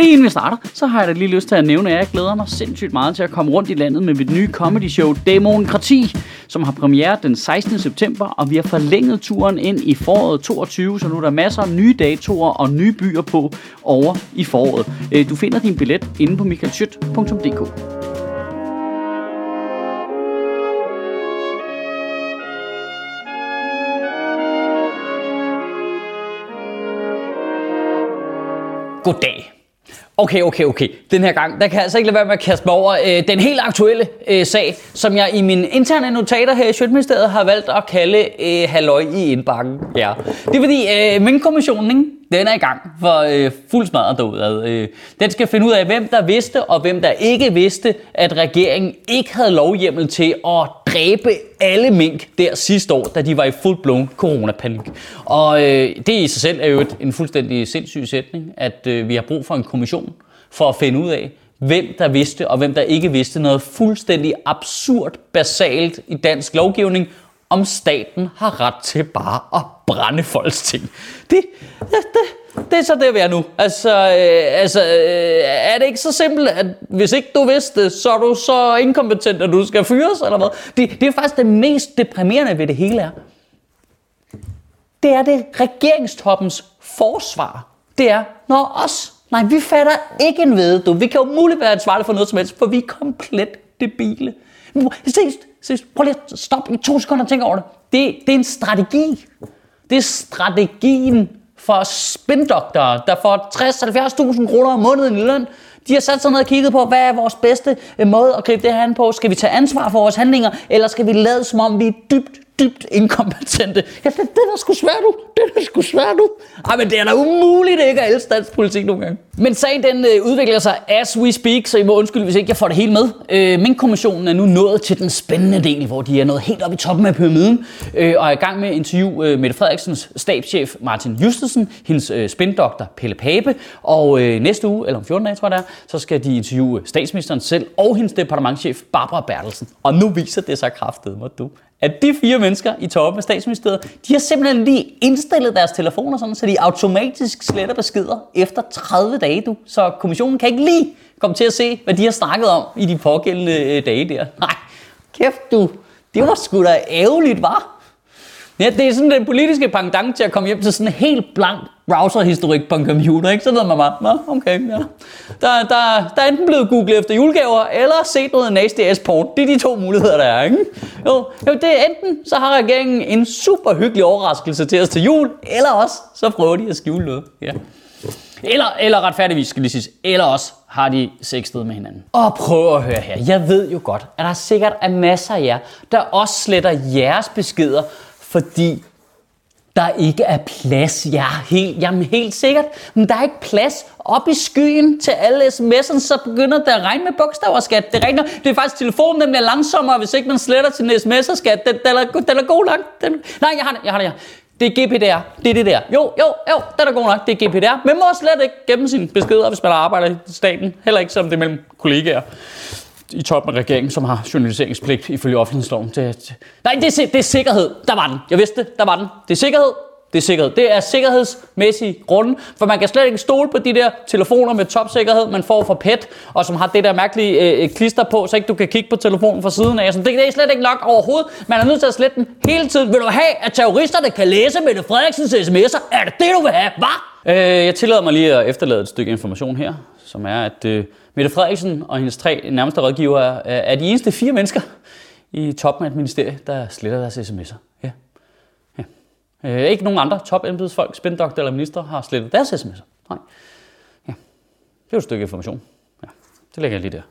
Lige inden vi starter, så har jeg da lige lyst til at nævne, at jeg glæder mig sindssygt meget til at komme rundt i landet med mit nye comedy show Dæmonkrati, som har premiere den 16. september, og vi har forlænget turen ind i foråret 22, så nu er der masser af nye datoer og nye byer på over i foråret. Du finder din billet inde på michaelschødt.dk. Goddag. Okay. Den her gang, der kan jeg altså ikke lade være med at kaste mig over den helt aktuelle sag, som jeg i mine interne notater her i Sjøtministeriet har valgt at kalde halløj i indbakken. Ja. Det er fordi Minkkommissionen, ikke? Den er i gang for fuld smadret derude. Den skal finde ud af, hvem der vidste og hvem der ikke vidste, at regeringen ikke havde lovhjemmel til at dræbe alle mink der sidste år, da de var i full-blown coronapanik. Og det i sig selv er jo en fuldstændig sindssyg sætning, at vi har brug for en kommission for at finde ud af, hvem der vidste og hvem der ikke vidste noget fuldstændig absurd basalt i dansk lovgivning, om staten har ret til bare at brænde folks ting. Det er så det, vi er nu. Er det ikke så simpelt, at hvis ikke du vidste det, så er du så inkompetent, at du skal fyres, eller hvad? Det er faktisk det mest deprimerende ved det hele er. Det er det regeringstoppens forsvar. Det er, nej, vi fatter ikke en ved, du. Vi kan jo muligt være ansvarlige for noget som helst, for vi er komplet debile. Prøv lige at stoppe i 2 sekunder og tænke over det. Det er en strategi. Det er strategien for spindoktorer, der får 60-70.000 kroner om måneden i løn. De har sat sig ned og kigget på, hvad er vores bedste måde at gribe det her an på. Skal vi tage ansvar for vores handlinger, eller skal vi lade som om vi er dybt inkompetente? Ja, det er da sgu svært, du. Ej, men det er da umuligt ikke at elske dansk politik nogle gange. Men sagen den udvikler sig as we speak, så I må undskylde, hvis ikke jeg får det hele med. Minkkommissionen er nu nået til den spændende del, hvor de er nået helt op i toppen af pyramiden, og er i gang med at interviewe Mette Frederiksens stabschef Martin Justesen, hendes spindoktor Pelle Pape, og næste uge, eller om 14 dage tror jeg det er, så skal de interviewe statsministeren selv og hendes departementschef Barbara Bertelsen. Og nu viser det sig kraftedeme, at de 4 mennesker i toppen af statsministeriet, de har simpelthen lige indstillet deres telefoner sådan, så de automatisk sletter beskeder efter 30 dage, du. Så kommissionen kan ikke lige komme til at se, hvad de har snakket om i de pågældende dage der. Nej, kæft du. Det var sgu da ærgerligt, hva'? Ja, det er sådan den politiske pendant til at komme hjem til sådan en helt blank browserhistorik på en computer, ikke? Så ved man bare, okay, ja. Der er enten blevet googlet efter julegaver, eller set noget nasty ass porn. Det er de 2 muligheder, der er, ikke? Jo, det er enten, så har regeringen en super hyggelig overraskelse til os til jul, eller også, så prøver de at skjule noget, ja. Eller retfærdigvis skal de sige, eller også har de sextet med hinanden. Og prøv at høre her, jeg ved jo godt, at der sikkert er masser af jer, der også sletter jeres beskeder, fordi der ikke er plads. Jamen helt sikkert. Men der er ikke plads op i skyen til alle sms'erne, så begynder det at regne med bogstaver, skat. Det regner. Det er faktisk telefonen, den bliver langsommere, hvis ikke man sletter sin sms'er, skat. Den er god nok. Nej, jeg har det. Det er GPDR. Det er det der. Jo, den er god nok. Det er GPDR. Men må slet ikke gemme sine beskeder, hvis man arbejder i staten. Heller ikke som det er mellem kollegaer i toppen af regeringen, som har journaliseringspligt ifølge offentlighedsloven. Nej, det er sikkerhed. Der var den. Jeg vidste det. Der var den. Det er sikkerhed. Det er sikkerhedsmæssige grunde, for man kan slet ikke stole på de der telefoner med topsikkerhed, man får fra PET, og som har det der mærkelige klister på, så ikke du kan kigge på telefonen fra siden af. Så det er slet ikke nok overhovedet. Man er nødt til at slette den hele tiden. Vil du have, at terroristerne kan læse Mette Frederiksens sms'er? Er det du vil have? Hvad? Jeg tillader mig lige at efterlade et stykke information her, som er, at Mette Frederiksen og hendes 3 nærmeste rådgivere er de eneste 4 mennesker i toppen af et ministerie, der sletter deres sms'er. Ja. Ikke nogen andre topembedsfolk, spindoktor eller minister har slettet deres sms'er. Nej. Ja. Det er jo et stykke information. Ja. Det lægger jeg lige der.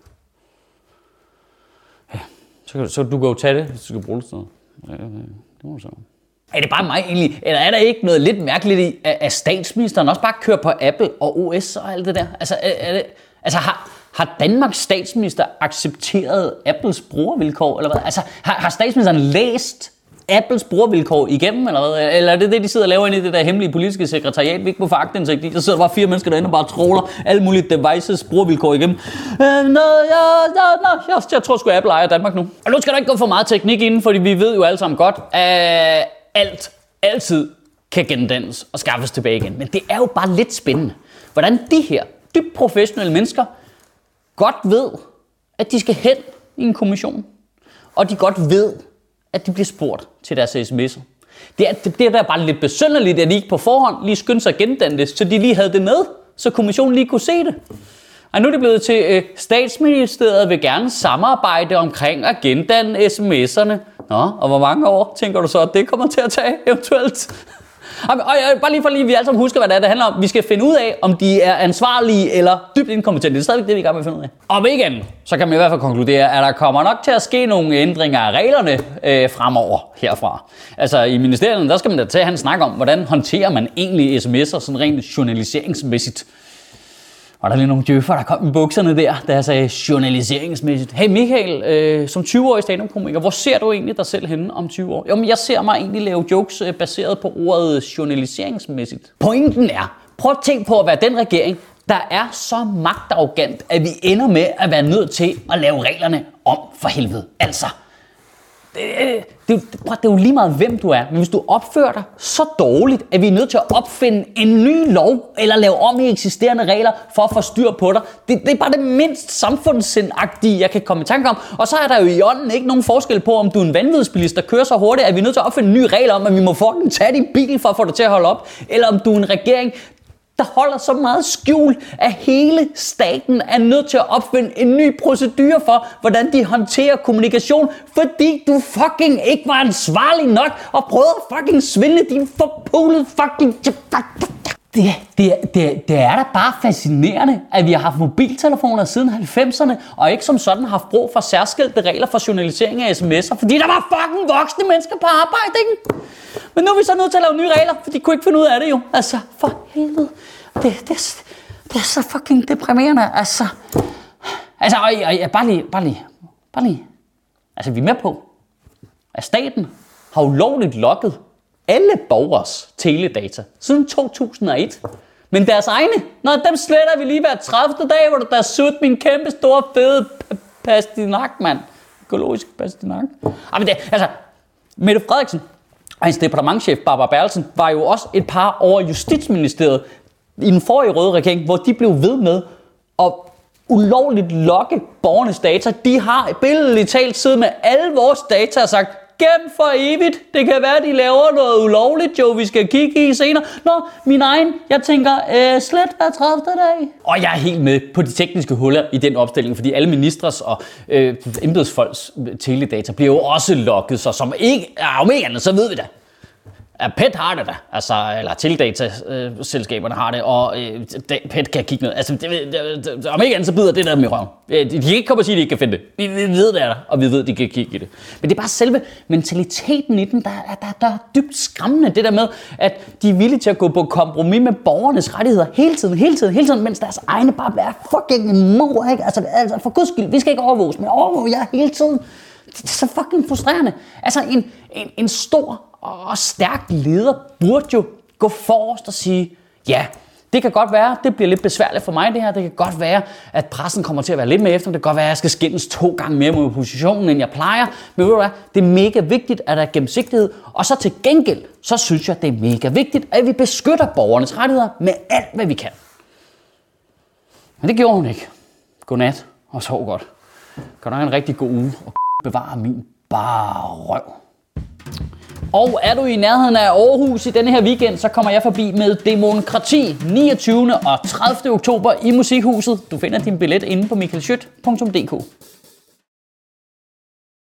Ja. Så du kan jo tage det, hvis du skal bruge det til noget. Ja, det må du så. Er det bare mig egentlig? Eller er der ikke noget lidt mærkeligt i, at statsministeren også bare kører på Apple og OS og alt det der? Har Danmarks statsminister accepteret Apples brugervilkår, eller hvad? Har statsministeren læst Apples brugervilkår igennem, eller hvad? Eller er det det, de sidder og laver inde i det der hemmelige politiske sekretariat, vi ikke må få aktindsigt i? Der sidder bare 4 mennesker derinde og bare tråler alle mulige devices brugervilkår igennem. Jeg tror sgu, Apple ejer Danmark nu. Og nu skal der ikke gå for meget teknik inden, fordi vi ved jo alle sammen godt, at alt altid kan gendannes og skaffes tilbage igen. Men det er jo bare lidt spændende, hvordan de her dybt professionelle mennesker godt ved, at de skal hen i en kommission. Og de godt ved, at de bliver spurgt til deres sms'er. Det er da bare lidt besynderligt, at de ikke på forhånd lige skyndte sig at gendanne det, så de lige havde det med, så kommissionen lige kunne se det. Og nu er det blevet til, Statsministeriet vil gerne samarbejde omkring at gendanne sms'erne. Nå, og hvor mange år tænker du så, at det kommer til at tage eventuelt? Og bare lige for lige, vi alle sammen husker, hvad det handler om. Vi skal finde ud af, om de er ansvarlige eller dybt inkompetente. Det er stadigvæk det, vi er i gang med at finde ud af. Om ikke andet, så kan man i hvert fald konkludere, at der kommer nok til at ske nogle ændringer af reglerne fremover herfra. Altså i ministeriet, der skal man da til at have en snak om, hvordan håndterer man egentlig sms'er sådan rent journaliseringsmæssigt. Og der er lige nogle djøffer, der kom i bukserne der jeg sagde journaliseringsmæssigt. Hey Michael, som 20-årig stand-up-komiker, hvor ser du egentlig dig selv henne om 20 år? Jo, men jeg ser mig egentlig lave jokes baseret på ordet journaliseringsmæssigt. Pointen er, prøv at tænke på at være den regering, der er så magtarrogant, at vi ender med at være nødt til at lave reglerne om for helvede. Altså, det er jo lige meget, hvem du er, men hvis du opfører dig så dårligt, at vi er nødt til at opfinde en ny lov, eller lave om i eksisterende regler, for at få styr på dig, det er bare det mindst samfundssindagtige, jeg kan komme i tanke om. Og så er der jo i ånden ikke nogen forskel på, om du er en vanvidsbilist, der kører så hurtigt, at vi er nødt til at opfinde en ny regel om, at vi må fucking tage din bil for at få dig til at holde op, eller om du er en regering, der holder så meget skjul, at hele staten er nødt til at opfinde en ny procedure for, hvordan de håndterer kommunikation, fordi du fucking ikke var ansvarlig nok og prøvede at fucking svindle din forpulede fucking... Det er da bare fascinerende, at vi har haft mobiltelefoner siden 90'erne, og ikke som sådan haft brug for særskilte regler for journalisering af sms'er, fordi der var fucking voksne mennesker på arbejde, ikke? Men nu er vi så nødt til at lave nye regler, for de kunne ikke finde ud af det jo. Altså, for helvede. Det er så fucking deprimerende, altså. Altså, bare lige. Altså, vi er med på, at staten har ulovligt logget alle borgers teledata siden 2001. Men deres egne, dem sletter vi lige hver 30. dag, hvor der er sudt min kæmpe store fede pastinak, mand. Økologisk pastinak. Men det, altså, Mette Frederiksen og hendes departementschef Barbara Bertelsen var jo også et par over Justitsministeriet i den forrige røde regering, hvor de blev ved med at ulovligt logge borgernes data. De har billedligt talt siddet med alle vores data og sagt, gem for evigt. Det kan være, de laver noget ulovligt, jo, vi skal kigge i senere. Nå, min egen, jeg tænker, slet hver 30. dag. Og jeg er helt med på de tekniske huller i den opstilling, fordi alle ministres og embedsfolks teledata bliver jo også logget, så som ikke, om ikke andet, så ved vi da. PET har det da, altså, eller teledata-selskaberne har det, og PET kan kigge ned. Altså, om ikke andet, så bider det der med røven. De kan ikke komme og sige, at de ikke kan finde det. Vi ved det er der, og vi ved, at de kan kigge i det. Men det er bare selve mentaliteten i den, der er dybt skræmmende. Det der med, at de er villige til at gå på kompromis med borgernes rettigheder hele tiden, mens deres egne bare er fucking mor, ikke? Altså for guds skyld, vi skal ikke overvåges, men overvåge jer hele tiden. Det er så fucking frustrerende. Altså, en stor og stærk leder burde jo gå forrest og sige, ja, det kan godt være, det bliver lidt besværligt for mig det her, det kan godt være, at pressen kommer til at være lidt mere efter, det kan godt være, at jeg skal skændes 2 gange mere mod oppositionen, end jeg plejer, men ved du hvad, det er mega vigtigt, at der er gennemsigtighed, og så til gengæld, så synes jeg, det er mega vigtigt, at vi beskytter borgernes rettigheder med alt, hvad vi kan. Men det gjorde hun ikke. Godnat, og sov godt. Kan du have en rigtig god uge, og bevare min bare røv. Og er du i nærheden af Aarhus i denne her weekend, så kommer jeg forbi med Demokrati 29. og 30. oktober i Musikhuset. Du finder din billet inde på michaelschødt.dk.